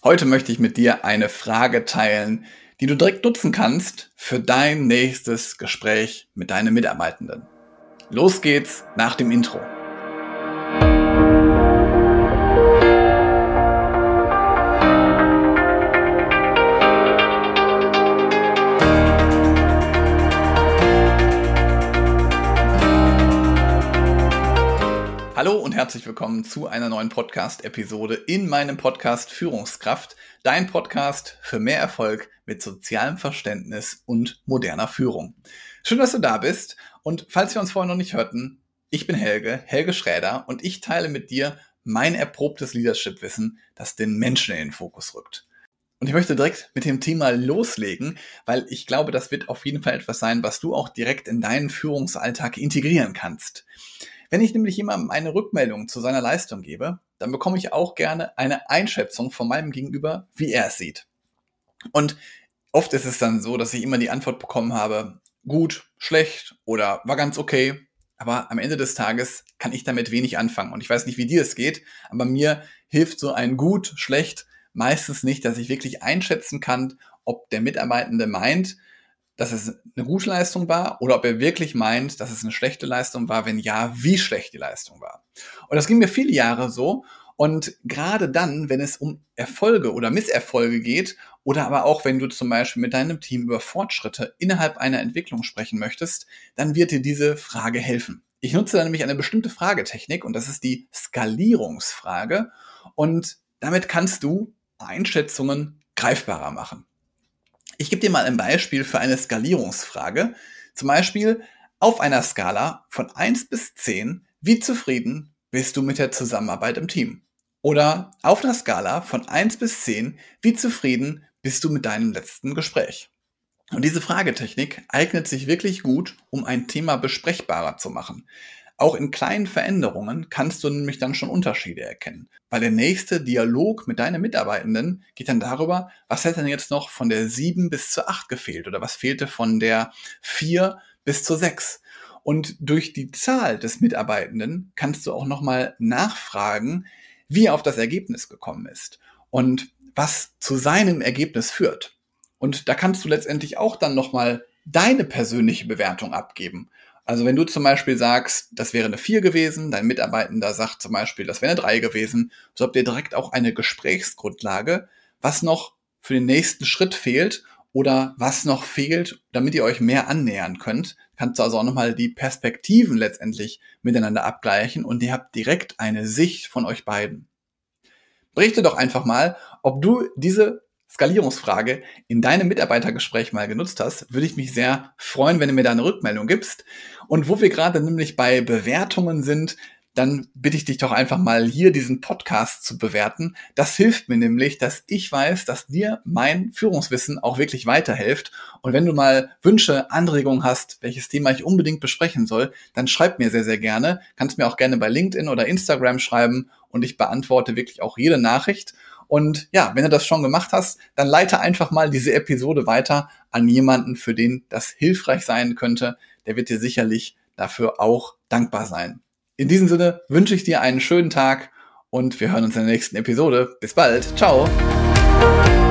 Heute möchte ich mit dir eine Frage teilen, die du direkt nutzen kannst für dein nächstes Gespräch mit deinen Mitarbeitenden. Los geht's nach dem Intro. Hallo und herzlich willkommen zu einer neuen Podcast-Episode in meinem Podcast Führungskraft, dein Podcast für mehr Erfolg mit sozialem Verständnis und moderner Führung. Schön, dass du da bist, und falls wir uns vorher noch nicht hörten, ich bin Helge Schräder, und ich teile mit dir mein erprobtes Leadership-Wissen, das den Menschen in den Fokus rückt. Und ich möchte direkt mit dem Thema loslegen, weil ich glaube, das wird auf jeden Fall etwas sein, was du auch direkt in deinen Führungsalltag integrieren kannst. Wenn ich nämlich jemandem eine Rückmeldung zu seiner Leistung gebe, dann bekomme ich auch gerne eine Einschätzung von meinem Gegenüber, wie er es sieht. Und oft ist es dann so, dass ich immer die Antwort bekommen habe, gut, schlecht oder war ganz okay. Aber am Ende des Tages kann ich damit wenig anfangen. Und ich weiß nicht, wie dir es geht, aber mir hilft so ein gut, schlecht meistens nicht, dass ich wirklich einschätzen kann, ob der Mitarbeitende meint, dass es eine gute Leistung war oder ob er wirklich meint, dass es eine schlechte Leistung war, wenn ja, wie schlecht die Leistung war. Und das ging mir viele Jahre so, und gerade dann, wenn es um Erfolge oder Misserfolge geht oder aber auch, wenn du zum Beispiel mit deinem Team über Fortschritte innerhalb einer Entwicklung sprechen möchtest, dann wird dir diese Frage helfen. Ich nutze da nämlich eine bestimmte Fragetechnik, und das ist die Skalierungsfrage, und damit kannst du Einschätzungen greifbarer machen. Ich gebe dir mal ein Beispiel für eine Skalierungsfrage. Zum Beispiel auf einer Skala von 1 bis 10, wie zufrieden bist du mit der Zusammenarbeit im Team? Oder auf einer Skala von 1 bis 10, wie zufrieden bist du mit deinem letzten Gespräch? Und diese Fragetechnik eignet sich wirklich gut, um ein Thema besprechbarer zu machen. Auch in kleinen Veränderungen kannst du nämlich dann schon Unterschiede erkennen. Weil der nächste Dialog mit deinen Mitarbeitenden geht dann darüber, was hat denn jetzt noch von der 7 bis zur 8 gefehlt oder was fehlte von der 4 bis zur 6. Und durch die Zahl des Mitarbeitenden kannst du auch nochmal nachfragen, wie er auf das Ergebnis gekommen ist und was zu seinem Ergebnis führt. Und da kannst du letztendlich auch dann nochmal deine persönliche Bewertung abgeben. Also wenn du zum Beispiel sagst, das wäre eine 4 gewesen, dein Mitarbeitender sagt zum Beispiel, das wäre eine 3 gewesen, so habt ihr direkt auch eine Gesprächsgrundlage, was noch für den nächsten Schritt fehlt oder was noch fehlt, damit ihr euch mehr annähern könnt. Kannst du also auch nochmal die Perspektiven letztendlich miteinander abgleichen, und ihr habt direkt eine Sicht von euch beiden. Berichte doch einfach mal, ob du diese Skalierungsfrage in deinem Mitarbeitergespräch mal genutzt hast. Würde ich mich sehr freuen, wenn du mir da eine Rückmeldung gibst. Und wo wir gerade nämlich bei Bewertungen sind, dann bitte ich dich doch einfach mal hier diesen Podcast zu bewerten. Das hilft mir nämlich, dass ich weiß, dass dir mein Führungswissen auch wirklich weiterhilft. Und wenn du mal Wünsche, Anregungen hast, welches Thema ich unbedingt besprechen soll, dann schreib mir sehr, sehr gerne. Kannst mir auch gerne bei LinkedIn oder Instagram schreiben, und ich beantworte wirklich auch jede Nachricht. Und ja, wenn du das schon gemacht hast, dann leite einfach mal diese Episode weiter an jemanden, für den das hilfreich sein könnte. Der wird dir sicherlich dafür auch dankbar sein. In diesem Sinne wünsche ich dir einen schönen Tag, und wir hören uns in der nächsten Episode. Bis bald. Ciao.